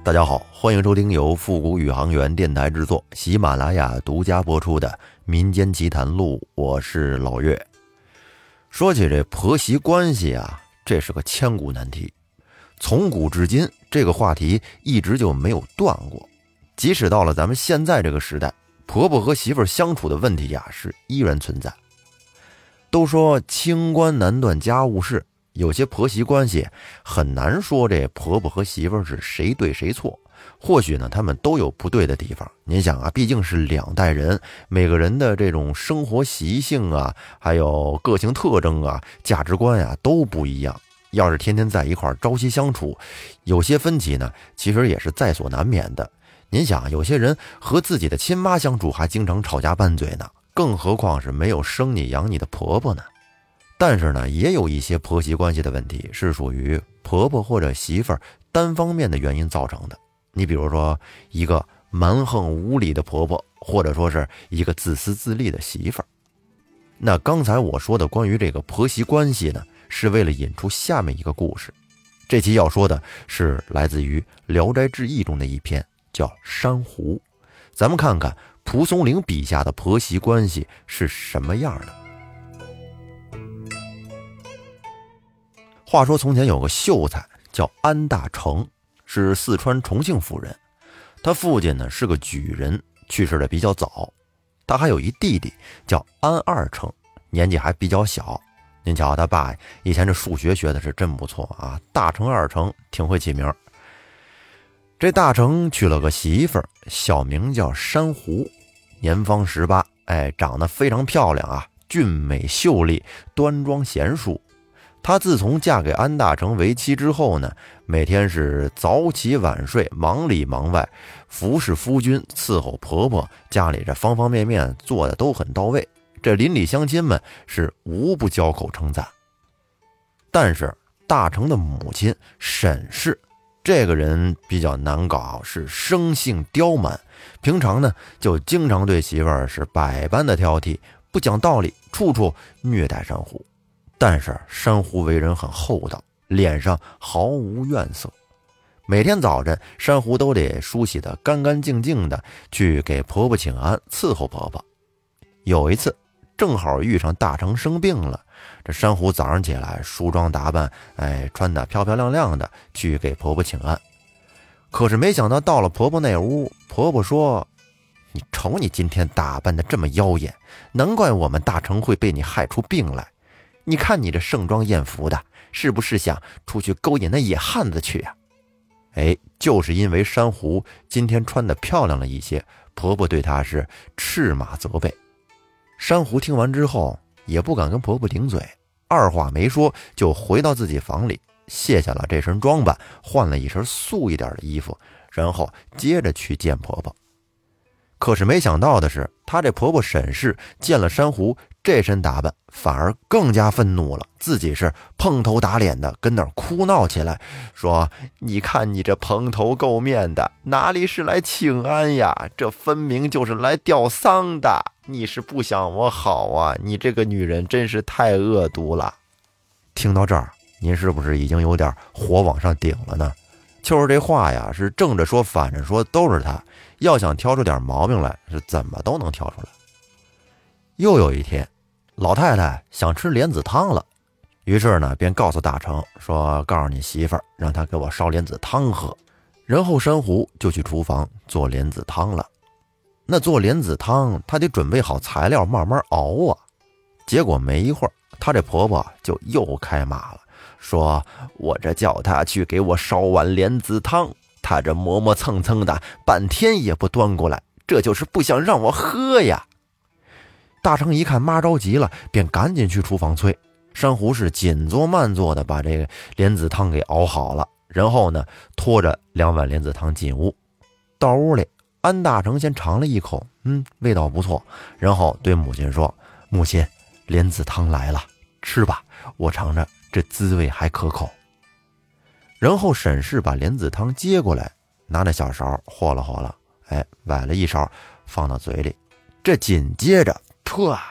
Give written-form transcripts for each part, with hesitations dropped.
大家好，欢迎收听由复古宇航员电台制作，喜马拉雅独家播出的民间奇谈录，我是老岳。说起这婆媳关系啊，这是个千古难题，从古至今这个话题一直就没有断过，即使到了咱们现在这个时代，婆婆和媳妇相处的问题呀是依然存在。都说清官难断家务事，有些婆媳关系很难说这婆婆和媳妇是谁对谁错，或许呢他们都有不对的地方。您想啊，毕竟是两代人，每个人的这种生活习性啊，还有个性特征啊，价值观呀都不一样。要是天天在一块朝夕相处，有些分歧呢其实也是在所难免的。您想，有些人和自己的亲妈相处还经常吵架拌嘴呢，更何况是没有生你养你的婆婆呢。但是呢，也有一些婆媳关系的问题是属于婆婆或者媳妇儿单方面的原因造成的。你比如说一个蛮横无理的婆婆，或者说是一个自私自利的媳妇儿。那刚才我说的关于这个婆媳关系呢，是为了引出下面一个故事。这期要说的是来自于《聊斋志异》中的一篇，叫《珊瑚》。咱们看看蒲松龄笔下的婆媳关系是什么样的。话说从前有个秀才叫安大成，是四川重庆府人。他父亲呢是个举人，去世的比较早。他还有一弟弟叫安二成，年纪还比较小。您瞧他爸以前这数学学的是真不错啊，大成二成挺会起名。这大成娶了个媳妇儿，小名叫珊瑚，年方18，长得非常漂亮啊，俊美秀丽，端庄贤淑。她自从嫁给安大成为妻之后呢，每天是早起晚睡，忙里忙外，服侍夫君，伺候婆婆，家里这方方面面做的都很到位。这邻里乡亲们是无不交口称赞。但是大成的母亲沈氏这个人比较难搞，是生性刁蛮，平常呢就经常对媳妇儿是百般的挑剔，不讲道理，处处虐待珊瑚。但是珊瑚为人很厚道，脸上毫无怨色。每天早晨珊瑚都得梳洗得干干净净的，去给婆婆请安，伺候婆婆。有一次正好遇上大成生病了，这珊瑚早上起来梳妆打扮，穿得漂漂亮亮的去给婆婆请安。可是没想到到了婆婆那屋，婆婆说：“你瞅你今天打扮得这么妖艳，难怪我们大成会被你害出病来。你看你这盛装艳服的，是不是想出去勾引那野汉子去啊？”就是因为珊瑚今天穿得漂亮了一些，婆婆对她是斥骂责备。珊瑚听完之后也不敢跟婆婆顶嘴，二话没说就回到自己房里，卸下了这身装扮，换了一身素一点的衣服，然后接着去见婆婆。可是没想到的是，她这婆婆沈氏见了珊瑚这身打扮，反而更加愤怒了，自己是碰头打脸的跟那儿哭闹起来，说：“你看你这蓬头垢面的，哪里是来请安呀？这分明就是来吊丧的！你是不想我好啊？你这个女人真是太恶毒了。”听到这儿，您是不是已经有点火往上顶了呢？就是这话呀，是正着说反着说都是他，要想挑出点毛病来，是怎么都能挑出来。又有一天，老太太想吃莲子汤了，于是呢便告诉大成说：“告诉你媳妇儿，让她给我烧莲子汤喝。”然后珊瑚就去厨房做莲子汤了。那做莲子汤，她得准备好材料，慢慢熬啊。结果没一会儿，她这婆婆就又开骂了，说：“我这叫她去给我烧碗莲子汤，她这磨磨蹭蹭的，半天也不端过来，这就是不想让我喝呀。”大成一看妈着急了，便赶紧去厨房催。珊瑚是紧做慢做的把这个莲子汤给熬好了，然后呢拖着2碗莲子汤进屋。到屋里，安大成先尝了一口，味道不错，然后对母亲说：“母亲，莲子汤来了，吃吧，我尝着这滋味还可口。”然后沈氏把莲子汤接过来，拿那小勺和了和了，崴了一勺放到嘴里。这紧接着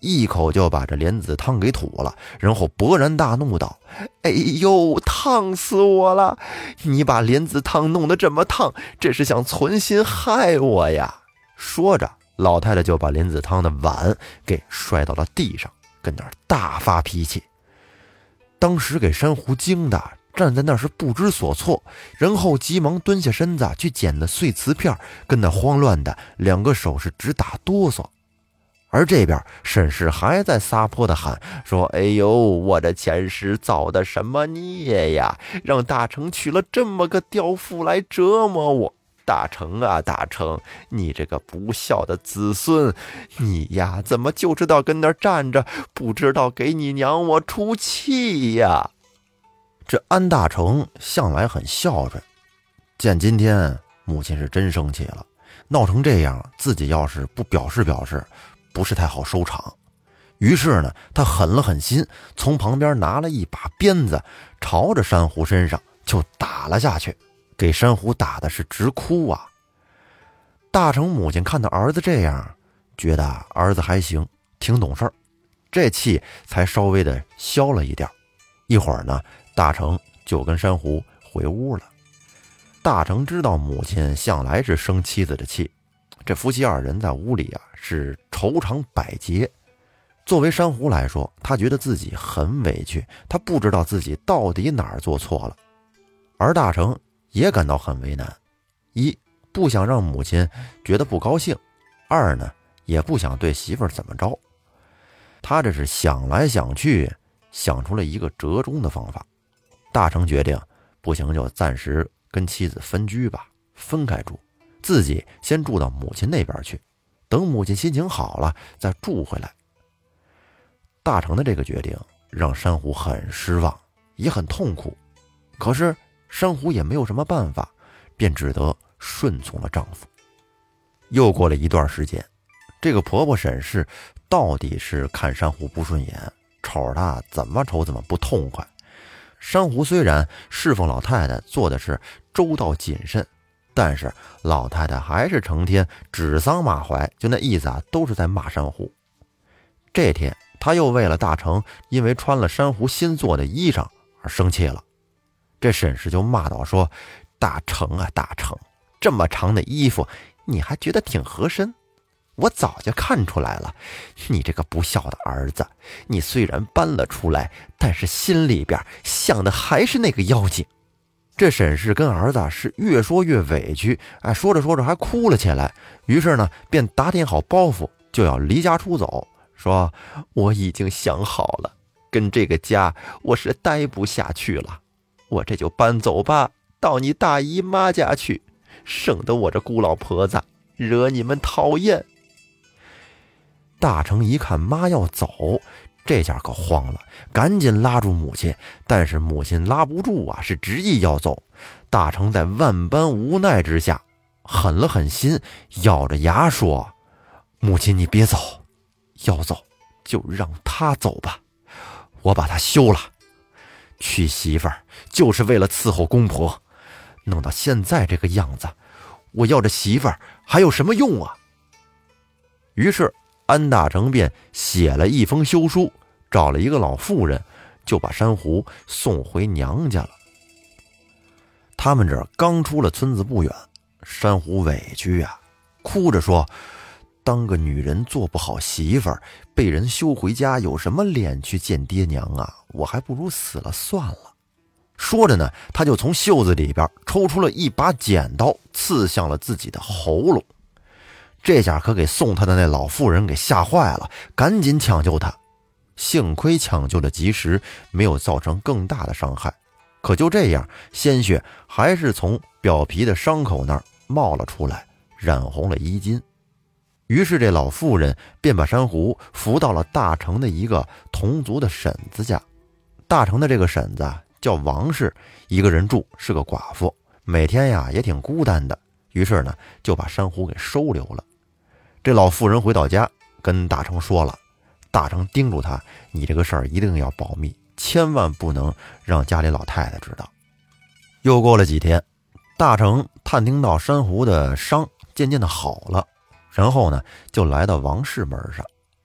一口就把这莲子汤给吐了，然后勃然大怒道：哎呦，烫死我了！你把莲子汤弄得这么烫，这是想存心害我呀！说着，老太太就把莲子汤的碗给摔到了地上，跟那儿大发脾气。当时给珊瑚惊的站在那儿是不知所措，然后急忙蹲下身子去捡的碎瓷片，跟那慌乱的两个手是直打哆嗦。而这边沈氏还在撒泼的喊说：哎呦，我的前世造的什么孽呀，让大成娶了这么个刁妇来折磨我。大成啊大成，你这个不孝的子孙，你呀怎么就知道跟那儿站着，不知道给你娘我出气呀。这安大成向来很孝顺，见今天母亲是真生气了，闹成这样，自己要是不表示表示，不是太好收场。于是呢，他狠了狠心，从旁边拿了一把鞭子，朝着珊瑚身上就打了下去，给珊瑚打的是直哭啊。大成母亲看到儿子这样，觉得儿子还行，挺懂事儿，这气才稍微的消了一点。一会儿呢，大成就跟珊瑚回屋了。大成知道母亲向来是生妻子的气，这夫妻二人在屋里啊是愁肠百结。作为珊瑚来说，他觉得自己很委屈，他不知道自己到底哪儿做错了。而大成也感到很为难，一不想让母亲觉得不高兴，二呢也不想对媳妇儿怎么着。他这是想来想去，想出了一个折中的方法。大成决定不行就暂时跟妻子分居吧，分开住，自己先住到母亲那边去，等母亲心情好了再住回来。大成的这个决定让珊瑚很失望，也很痛苦，可是珊瑚也没有什么办法，便只得顺从了丈夫。又过了一段时间，这个婆婆沈氏到底是看珊瑚不顺眼，瞅着她怎么瞅怎么不痛快。珊瑚虽然侍奉老太太做的是周到谨慎，但是老太太还是成天指桑骂槐，就那意思啊，都是在骂珊瑚。这天她又为了大成因为穿了珊瑚新做的衣裳而生气了。这沈氏就骂道说：大成啊大成，这么长的衣服你还觉得挺合身？我早就看出来了，你这个不孝的儿子，你虽然搬了出来，但是心里边想的还是那个妖精。这沈氏跟儿子是越说越委屈，说着说着还哭了起来。于是呢，便打点好包袱就要离家出走，说我已经想好了，跟这个家我是待不下去了，我这就搬走吧，到你大姨妈家去，省得我这孤老婆子惹你们讨厌。大成一看妈要走，这下可慌了，赶紧拉住母亲，但是母亲拉不住啊，是执意要走。大成在万般无奈之下，狠了狠心，咬着牙说：母亲你别走，要走就让他走吧，我把他休了。娶媳妇儿就是为了伺候公婆，弄到现在这个样子，我要这媳妇儿还有什么用啊？于是安大成便写了一封休书，找了一个老妇人，就把珊瑚送回娘家了。他们这儿刚出了村子不远，珊瑚委屈啊，哭着说：当个女人做不好媳妇儿，被人休回家，有什么脸去见爹娘啊？我还不如死了算了。说着呢，他就从袖子里边抽出了一把剪刀，刺向了自己的喉咙。这下可给送他的那老妇人给吓坏了，赶紧抢救他。幸亏抢救的及时，没有造成更大的伤害。可就这样，鲜血还是从表皮的伤口那儿冒了出来，染红了衣襟。于是这老妇人便把珊瑚扶到了大成的一个同族的婶子家。大成的这个婶子叫王氏，一个人住，是个寡妇，每天呀也挺孤单的。于是呢，就把珊瑚给收留了。这老妇人回到家，跟大成说了，大成叮嘱他：你这个事儿一定要保密，千万不能让家里老太太知道。又过了几天，大成探听到珊瑚的伤渐渐的好了，然后呢，就来到王氏门上，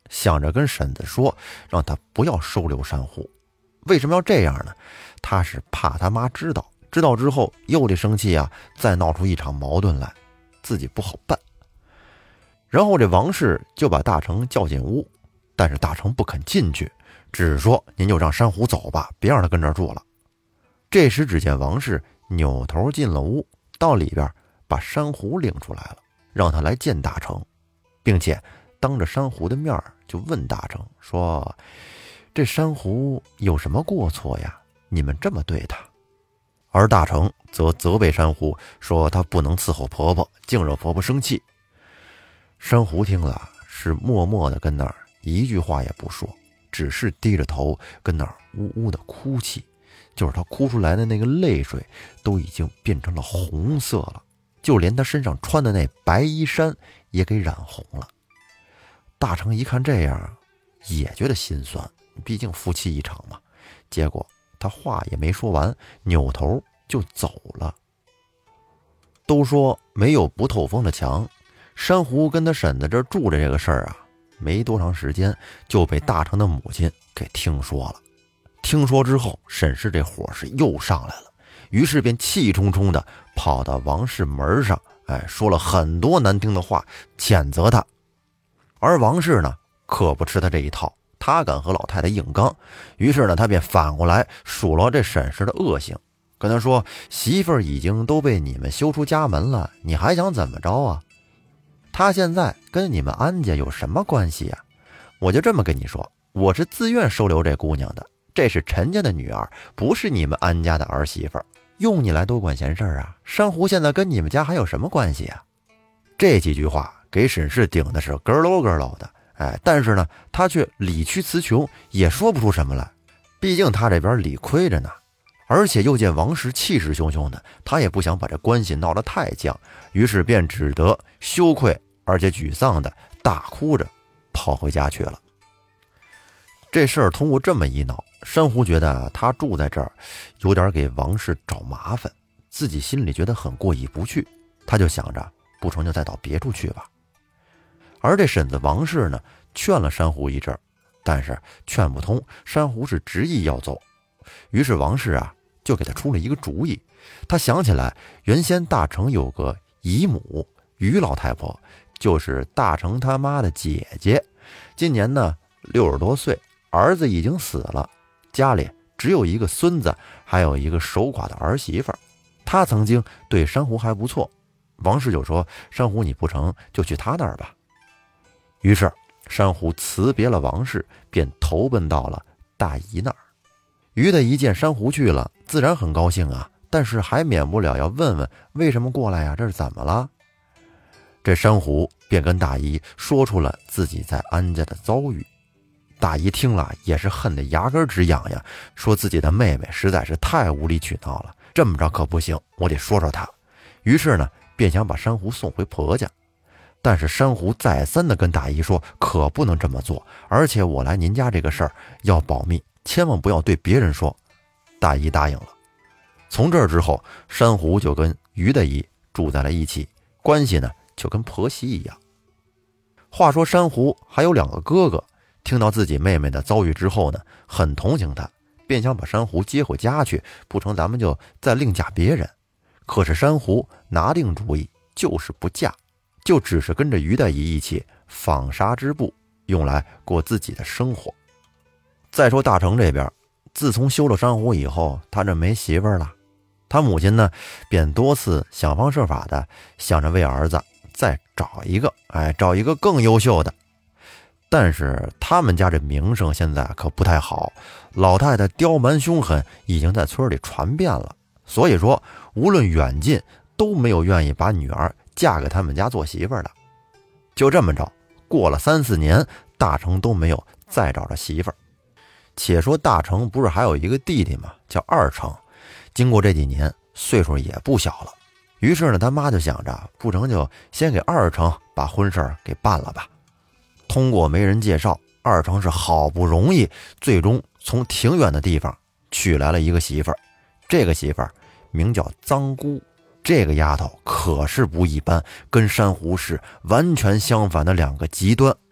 想着跟婶子说，让她不要收留珊瑚。为什么要这样呢？他是怕他妈知道之后又得生气啊，再闹出一场矛盾来，自己不好办。然后这王氏就把大成叫进屋，但是大成不肯进去，只是说您就让珊瑚走吧，别让他跟这儿住了。这时只见王氏扭头进了屋，到里边把珊瑚领出来了，让他来见大成，并且当着珊瑚的面就问大成说，这珊瑚有什么过错呀？你们这么对他。而大成则责备珊瑚说，他不能伺候婆婆，净惹婆婆生气。珊瑚听了是默默的跟那儿一句话也不说，只是低着头跟那儿呜呜的哭泣，就是他哭出来的那个泪水都已经变成了红色了，就连他身上穿的那白衣衫也给染红了。大成一看这样也觉得心酸，毕竟夫妻一场嘛。结果他话也没说完，扭头就走了。都说没有不透风的墙，珊瑚跟他婶子这住着这个事儿啊，没多长时间就被大成的母亲给听说了。听说之后，沈氏这火是又上来了，于是便气冲冲的跑到王氏门上，说了很多难听的话，谴责他。而王氏呢，可不吃他这一套，他敢和老太太硬刚，于是呢，他便反过来数落这沈氏的恶行，跟他说，媳妇儿已经都被你们休出家门了，你还想怎么着啊？他现在跟你们安家有什么关系啊？我就这么跟你说，我是自愿收留这姑娘的，这是陈家的女儿，不是你们安家的儿媳妇儿，用你来多管闲事啊？珊瑚现在跟你们家还有什么关系啊？这几句话给沈氏顶的是咯喽咯喽的，但是呢，他却理屈词穷，也说不出什么来。毕竟他这边理亏着呢，而且又见王氏气势汹汹的，他也不想把这关系闹得太僵，于是便只得羞愧而且沮丧的大哭着跑回家去了。这事儿通过这么一闹，珊瑚觉得他住在这儿有点给王氏找麻烦，自己心里觉得很过意不去，他就想着不成就再到别处去吧。而这婶子王氏呢，劝了珊瑚一阵，但是劝不通，珊瑚是执意要走。于是王氏啊就给他出了一个主意，他想起来原先大成有个姨母于老太婆，就是大成他妈的姐姐，今年呢60多岁，儿子已经死了，家里只有一个孙子，还有一个守寡的儿媳妇儿。他曾经对珊瑚还不错，王氏就说，珊瑚你不成就去他那儿吧。于是珊瑚辞别了王氏，便投奔到了大姨那儿。于大姨见珊瑚去了，自然很高兴啊，但是还免不了要问问为什么过来呀，这是怎么了？这珊瑚便跟大姨说出了自己在安家的遭遇。大姨听了也是恨得牙根直痒痒，说自己的妹妹实在是太无理取闹了，这么着可不行，我得说说她。于是呢，便想把珊瑚送回婆家。但是珊瑚再三的跟大姨说，可不能这么做，而且我来您家这个事儿要保密，千万不要对别人说。大姨答应了。从这儿之后，珊瑚就跟于大姨住在了一起，关系呢就跟婆媳一样。话说珊瑚还有2个哥哥，听到自己妹妹的遭遇之后呢，很同情她，便想把珊瑚接回家去，不成咱们就再另嫁别人。可是珊瑚拿定主意，就是不嫁，就只是跟着于大姨一起纺纱织布，用来过自己的生活。再说大成这边，自从休了珊瑚以后，他这没媳妇儿了，他母亲呢便多次想方设法的想着为儿子再找一个，找一个更优秀的。但是他们家这名声现在可不太好，老太太刁蛮凶狠已经在村里传遍了，所以说无论远近都没有愿意把女儿嫁给他们家做媳妇儿的。就这么着，过了3、4年，大成都没有再找着媳妇儿。且说大成不是还有一个弟弟吗？叫二成，经过这几年，岁数也不小了。于是呢，他妈就想着，不成就先给二成把婚事给办了吧。通过媒人介绍，二成是好不容易，最终从挺远的地方娶来了一个媳妇儿。这个媳妇儿名叫臧姑，这个丫头可是不一般，跟珊瑚是完全相反的2个极端。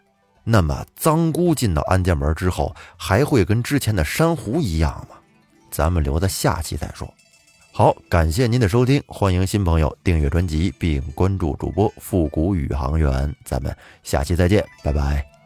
那么臧姑进到安家门之后，还会跟之前的珊瑚一样吗？咱们留在下期再说。好，感谢您的收听，欢迎新朋友订阅专辑并关注主播复古宇航员，咱们下期再见，拜拜。